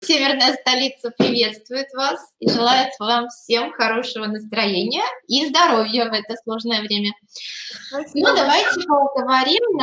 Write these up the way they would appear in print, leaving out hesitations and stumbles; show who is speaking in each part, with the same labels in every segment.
Speaker 1: Северная столица приветствует вас и желает вам всем хорошего настроения и здоровья в это сложное время.
Speaker 2: Спасибо
Speaker 1: Ну,
Speaker 2: большое.
Speaker 1: давайте поговорим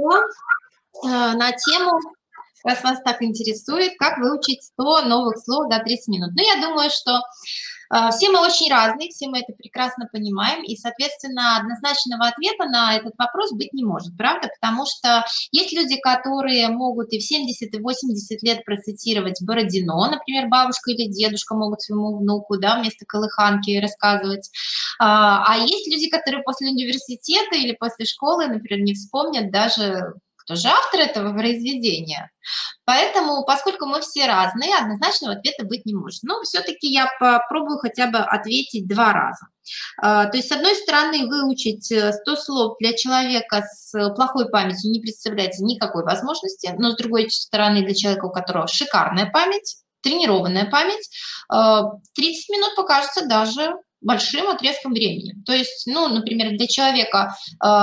Speaker 1: на тему, раз вас так интересует, как выучить 100 новых слов за 30 минут. Ну, я думаю, что все мы очень разные, все мы это прекрасно понимаем, и, соответственно, однозначного ответа на этот вопрос быть не может, правда? Потому что есть люди, которые могут и в 70, и 80 лет процитировать Бородино, например, бабушка или дедушка могут своему внуку, да, вместо колыханки рассказывать. А есть люди, которые после университета или после школы, например, не вспомнят даже, кто же автор этого произведения. Поэтому, поскольку мы все разные, однозначного ответа быть не может. Но все-таки я попробую хотя бы ответить 2 раза. То есть, с одной стороны, выучить 100 слов для человека с плохой памятью не представляется никакой возможности, но с другой стороны, для человека, у которого шикарная память, тренированная память, 30 минут покажется даже большим отрезком времени. То есть, ну, например, для человека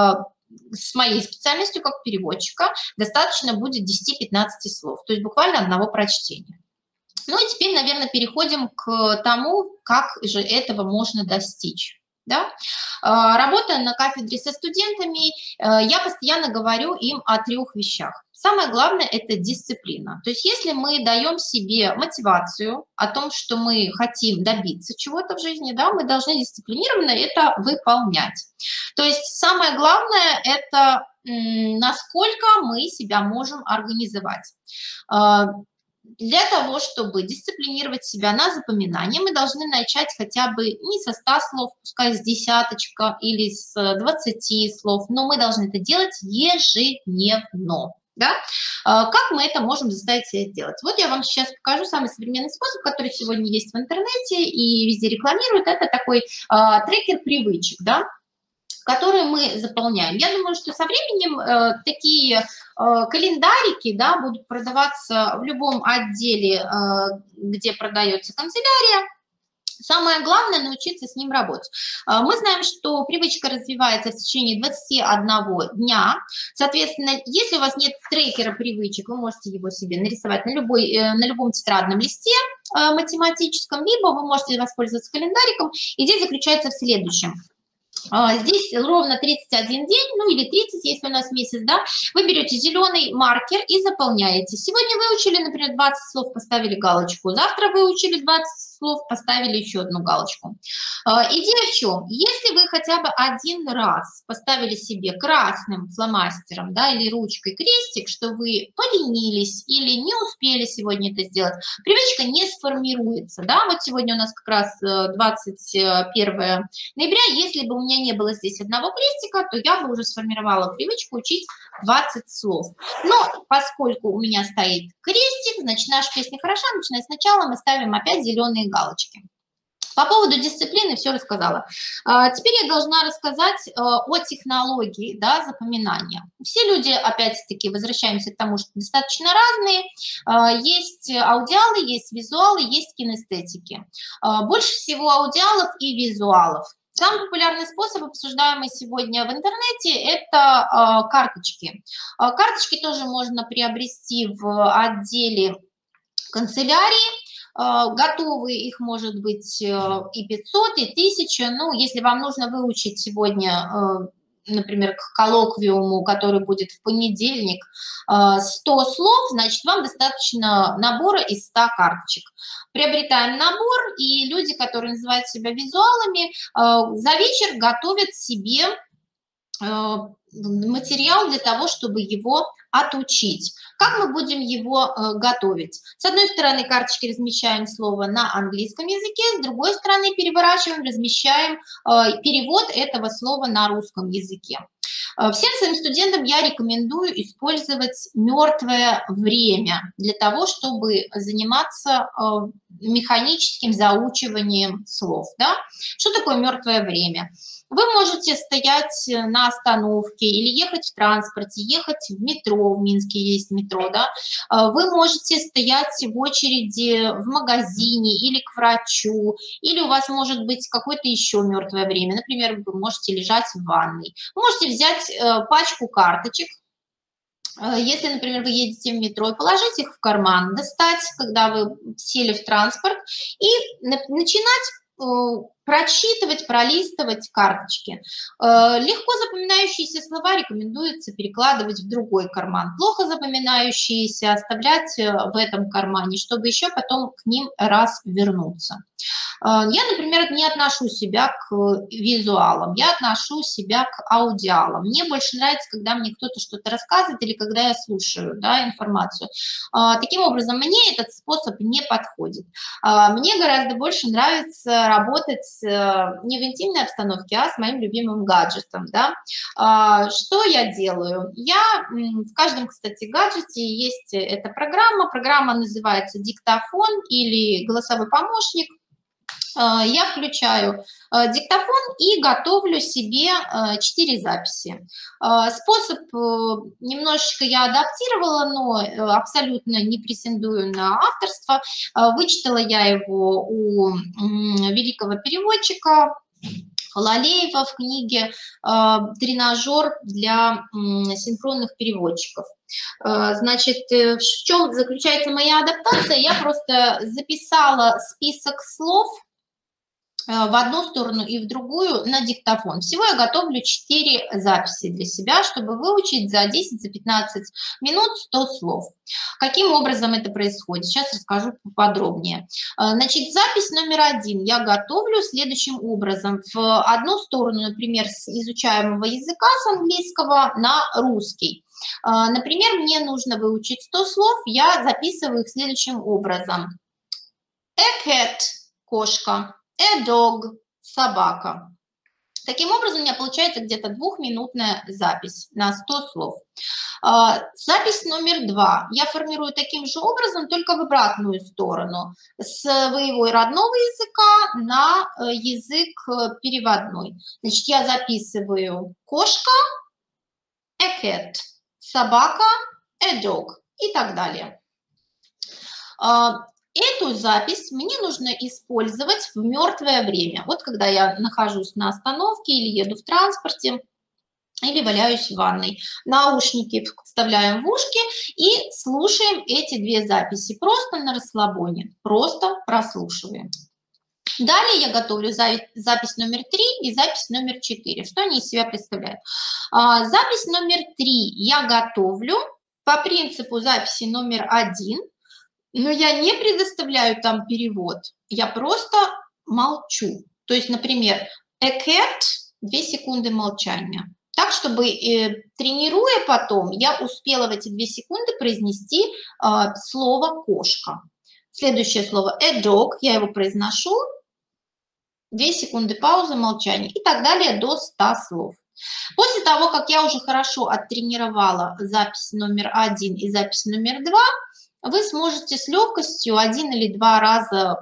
Speaker 1: с моей специальностью как переводчика достаточно будет 10-15 слов, то есть буквально одного прочтения. Ну и теперь, наверное, переходим к тому, как же этого можно достичь. Да? Работая на кафедре со студентами, я постоянно говорю им о 3 вещах. Самое главное – это дисциплина. То есть если мы даем себе мотивацию о том, что мы хотим добиться чего-то в жизни, да, мы должны дисциплинированно это выполнять. То есть самое главное – это насколько мы себя можем организовать. Для того, чтобы дисциплинировать себя на запоминание, мы должны начать хотя бы не со 100 слов, пускай с десяточка или с 20 слов, но мы должны это делать ежедневно. Да? Как мы это можем заставить себя сделать? Вот я вам сейчас покажу самый современный способ, который сегодня есть в интернете и везде рекламируют. Это такой трекер привычек, да? Которые мы заполняем. Я думаю, что со временем такие календарики, да, будут продаваться в любом отделе, где продается канцелярия. Самое главное – научиться с ним работать. Мы знаем, что привычка развивается в течение 21 дня. Соответственно, если у вас нет трекера привычек, вы можете его себе нарисовать на любом тетрадном листе математическом, либо вы можете воспользоваться календариком. Идея заключается в следующем. Здесь ровно 31 день, ну или 30, если у нас месяц, да, вы берете зеленый маркер и заполняете. Сегодня выучили, например, 20 слов, поставили галочку. Завтра выучили 20 слов, поставили еще одну галочку. Идея в чем? Если вы хотя бы один раз поставили себе красным фломастером, да, или ручкой крестик, что вы поленились или не успели сегодня это сделать, привычка не сформируется, да. Вот сегодня у нас как раз 21 ноября, если бы у меня не было здесь одного крестика, то я бы уже сформировала привычку учить 20 слов. Но поскольку у меня стоит крестик, значит, наша песня хороша, начиная сначала, мы ставим опять зеленые галочки. По поводу дисциплины все рассказала. Теперь я должна рассказать о технологии, да, запоминания. Все люди, опять-таки, возвращаемся к тому, что достаточно разные. Есть аудиалы, есть визуалы, есть кинестетики. Больше всего аудиалов и визуалов. Самый популярный способ, обсуждаемый сегодня в интернете, это карточки. Карточки тоже можно приобрести в отделе канцелярии. Готовые их может быть и 500, и 1000. Ну, если вам нужно выучить сегодня, например, к коллоквиуму, который будет в понедельник, 100 слов, значит, вам достаточно набора из 100 карточек. Приобретаем набор, и люди, которые называют себя визуалами, за вечер готовят себе материал для того, чтобы его отучить. Как мы будем его готовить? С одной стороны, карточки размещаем слово на английском языке, с другой стороны, переворачиваем, размещаем перевод этого слова на русском языке. Всем своим студентам я рекомендую использовать мертвое время для того, чтобы заниматься механическим заучиванием слов. Да? Что такое мертвое время? Вы можете стоять на остановке или ехать в транспорте, ехать в метро, в Минске есть метро, да? Вы можете стоять в очереди в магазине или к врачу, или у вас может быть какое-то еще мертвое время, например, вы можете лежать в ванной. Вы можете взять пачку карточек, Если, например, вы едете в метро, и положить их в карман, достать, когда вы сели в транспорт, и начинать прочитывать, пролистывать карточки. Легко запоминающиеся слова рекомендуется перекладывать в другой карман. Плохо запоминающиеся оставлять в этом кармане, чтобы еще потом к ним раз вернуться. Я, например, не отношу себя к визуалам, я отношу себя к аудиалам. Мне больше нравится, когда мне кто-то что-то рассказывает или когда я слушаю, да, информацию. Таким образом, мне этот способ не подходит. Мне гораздо больше нравится работать не в интимной обстановке, а с моим любимым гаджетом. Да. Что я делаю? В каждом, кстати, гаджете есть эта программа называется диктофон или голосовой помощник. Я включаю диктофон и готовлю себе 4 записи. Способ немножечко я адаптировала, но абсолютно не претендую на авторство. Вычитала я его у великого переводчика Фалалеева в книге «Тренажер для синхронных переводчиков». Значит, в чем заключается моя адаптация? Я просто записала список слов в одну сторону и в другую на диктофон. Всего я готовлю 4 записи для себя, чтобы выучить за 10-15 минут 100 слов. Каким образом это происходит? Сейчас расскажу поподробнее. Значит, запись номер 1 я готовлю следующим образом. В одну сторону, например, с изучаемого языка, с английского на русский. Например, мне нужно выучить 100 слов, я записываю их следующим образом. A cat – кошка. A dog – собака. Таким образом, у меня получается где-то 2-минутная запись на 100 слов. Запись номер 2 я формирую таким же образом, только в обратную сторону. С своего родного языка на язык переводной. Значит, я записываю кошка, a cat, собака, a dog и так далее. Эту запись мне нужно использовать в мертвое время. Вот когда я нахожусь на остановке или еду в транспорте, или валяюсь в ванной. Наушники вставляем в ушки и слушаем эти 2 записи. Просто на расслабоне, просто прослушиваем. Далее я готовлю запись номер 3 и запись номер 4. Что они из себя представляют? Запись номер 3 я готовлю по принципу записи номер 1. Но я не предоставляю там перевод, я просто молчу. То есть, например, a cat, 2 секунды молчания. Так, чтобы, тренируя потом, я успела в эти 2 секунды произнести слово «кошка». Следующее слово a dog, я его произношу, 2 секунды паузы, молчания и так далее до 100 слов. После того, как я уже хорошо оттренировала запись номер 1 и запись номер 2, вы сможете с легкостью 1 или 2 раза,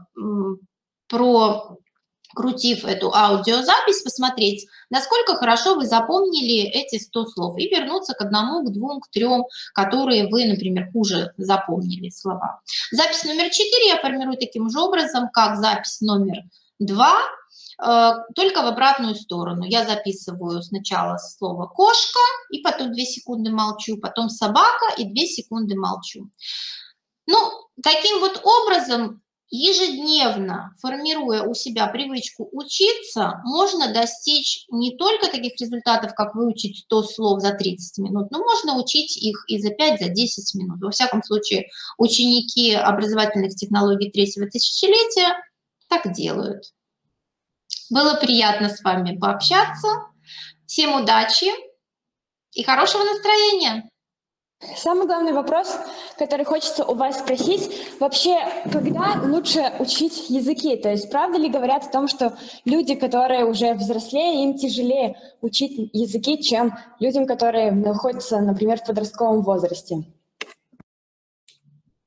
Speaker 1: прокрутив эту аудиозапись, посмотреть, насколько хорошо вы запомнили эти 100 слов, и вернуться к 1, к 2, к 3, которые вы, например, хуже запомнили слова. Запись номер 4 я формирую таким же образом, как запись номер 2, только в обратную сторону. Я записываю сначала слово «кошка», и потом 2 секунды молчу, потом «собака» и 2 секунды молчу. Ну, таким вот образом, ежедневно формируя у себя привычку учиться, можно достичь не только таких результатов, как выучить 100 слов за 30 минут, но можно учить их и за 5-10 минут. Во всяком случае, ученики образовательных технологий 3-го тысячелетия так делают. Было приятно с вами пообщаться. Всем удачи и хорошего настроения!
Speaker 2: Самый главный вопрос, который хочется у вас спросить, вообще, когда лучше учить языки? То есть правда ли говорят о том, что люди, которые уже взрослее, им тяжелее учить языки, чем людям, которые находятся, например, в подростковом возрасте?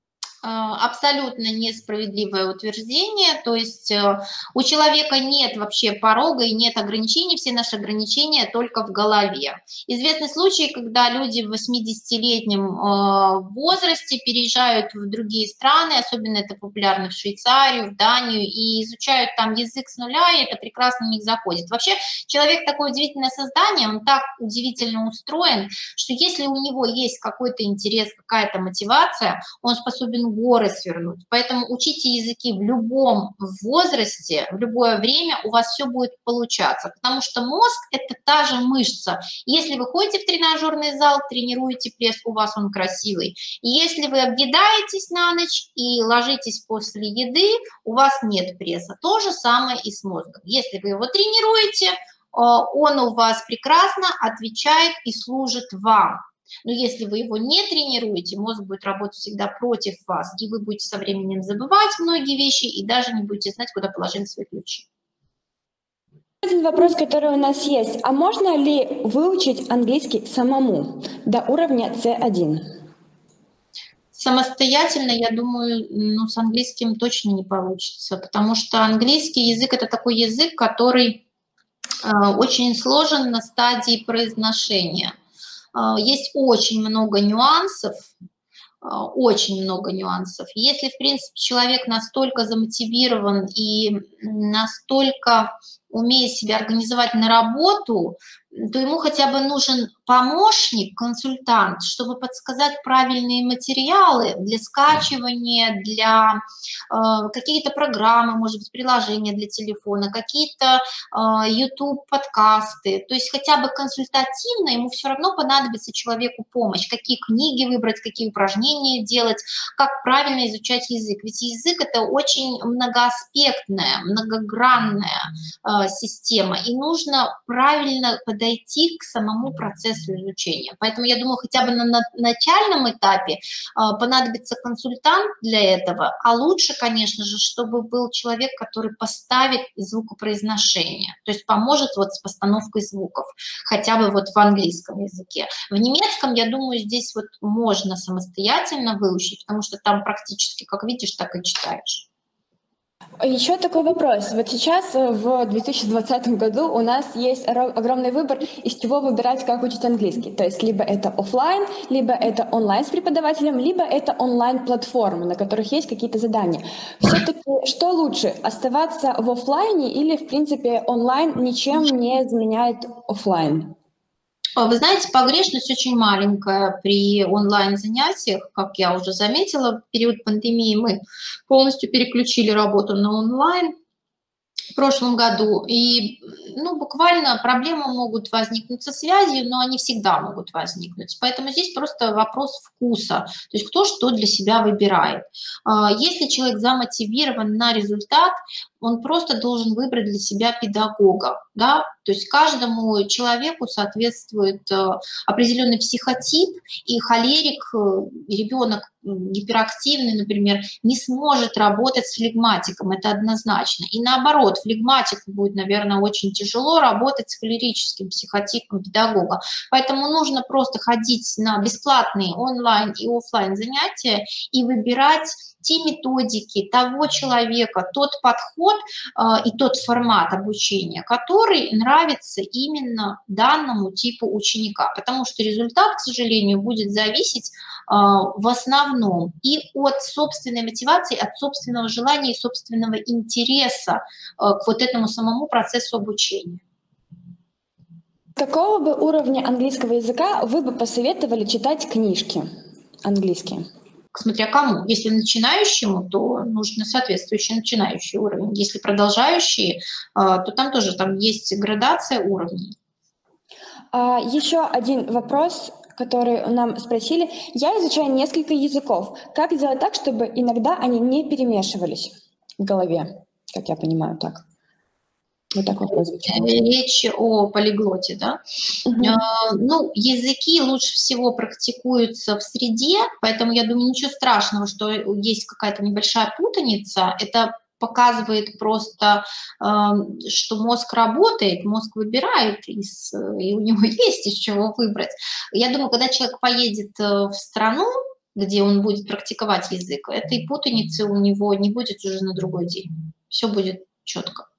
Speaker 1: Абсолютно несправедливое утверждение, то есть у человека нет вообще порога и нет ограничений, все наши ограничения только в голове. Известны случаи, когда люди в 80-летнем возрасте переезжают в другие страны, особенно это популярно в Швейцарию, в Данию, и изучают там язык с нуля, и это прекрасно у них заходит. Вообще человек такое удивительное создание, он так удивительно устроен, что если у него есть какой-то интерес, какая-то мотивация, он способен горы свернуть. Поэтому учите языки в любом возрасте, в любое время, у вас все будет получаться, потому что мозг – это та же мышца. Если вы ходите в тренажерный зал, тренируете пресс, у вас он красивый. И если вы объедаетесь на ночь и ложитесь после еды, у вас нет пресса. То же самое и с мозгом. Если вы его тренируете, он у вас прекрасно отвечает и служит вам. Но если вы его не тренируете, мозг будет работать всегда против вас, и вы будете со временем забывать многие вещи и даже не будете знать, куда положить свои ключи.
Speaker 2: Один вопрос, который у нас есть. А можно ли выучить английский самому до уровня C1?
Speaker 1: Самостоятельно, я думаю, ну, с английским точно не получится, потому что английский язык – это такой язык, который очень сложен на стадии произношения. Есть очень много нюансов, очень много нюансов. Если, в принципе, человек настолько замотивирован и настолько умеет себя организовать на работу, то ему хотя бы нужен помощник, консультант, чтобы подсказать правильные материалы для скачивания, для какие-то программы, может быть, приложения для телефона, какие-то YouTube-подкасты. То есть хотя бы консультативно ему все равно понадобится человеку помощь, какие книги выбрать, какие упражнения делать, как правильно изучать язык. Ведь язык – это очень многоаспектная, многогранная система, и нужно правильно подойти к самому процессу изучения. Поэтому я думаю, хотя бы на начальном этапе понадобится консультант для этого, а лучше, конечно же, чтобы был человек, который поставит звукопроизношение, то есть поможет вот с постановкой звуков, хотя бы вот в английском языке. В немецком, я думаю, здесь вот можно самостоятельно выучить, потому что там практически как видишь, так и читаешь.
Speaker 2: Еще такой вопрос. Вот сейчас, в 2020 году, у нас есть огромный выбор, из чего выбирать, как учить английский. То есть либо это офлайн, либо это онлайн с преподавателем, либо это онлайн-платформы, на которых есть какие-то задания. Все-таки что лучше, оставаться в офлайне или, в принципе, онлайн ничем не заменяет офлайн?
Speaker 1: Вы знаете, погрешность очень маленькая при онлайн-занятиях. Как я уже заметила, в период пандемии мы полностью переключили работу на онлайн в прошлом году. И ну, буквально проблемы могут возникнуть со связью, но они всегда могут возникнуть. Поэтому здесь просто вопрос вкуса, то есть кто что для себя выбирает. Если человек замотивирован на результат, он просто должен выбрать для себя педагога, да, то есть каждому человеку соответствует определенный психотип, и холерик, ребенок гиперактивный, например, не сможет работать с флегматиком, это однозначно. И наоборот, флегматику будет, наверное, очень тяжело работать с холерическим психотипом педагога. Поэтому нужно просто ходить на бесплатные онлайн и офлайн занятия и выбирать те методики, того человека, тот подход и тот формат обучения, который нравится именно данному типу ученика. Потому что результат, к сожалению, будет зависеть в основном и от собственной мотивации, от собственного желания и собственного интереса к вот этому самому процессу обучения.
Speaker 2: Какого бы уровня английского языка вы бы посоветовали читать книжки английские?
Speaker 1: Смотря кому. Если начинающему, то нужно соответствующий начинающий уровень. Если продолжающие, то там тоже есть градация уровней.
Speaker 2: Еще один вопрос, который нам спросили. Я изучаю несколько языков. Как сделать так, чтобы иногда они не перемешивались в голове? Как я понимаю, так. Вот так вопрос звучал.
Speaker 1: Речь о полиглоте, да? Ну, языки лучше всего практикуются в среде, поэтому я думаю, ничего страшного, что есть какая-то небольшая путаница. Это показывает просто, что мозг работает, мозг выбирает, и у него есть из чего выбрать. Я думаю, когда человек поедет в страну, где он будет практиковать язык, этой путаницы у него не будет уже на другой день. Все будет четко.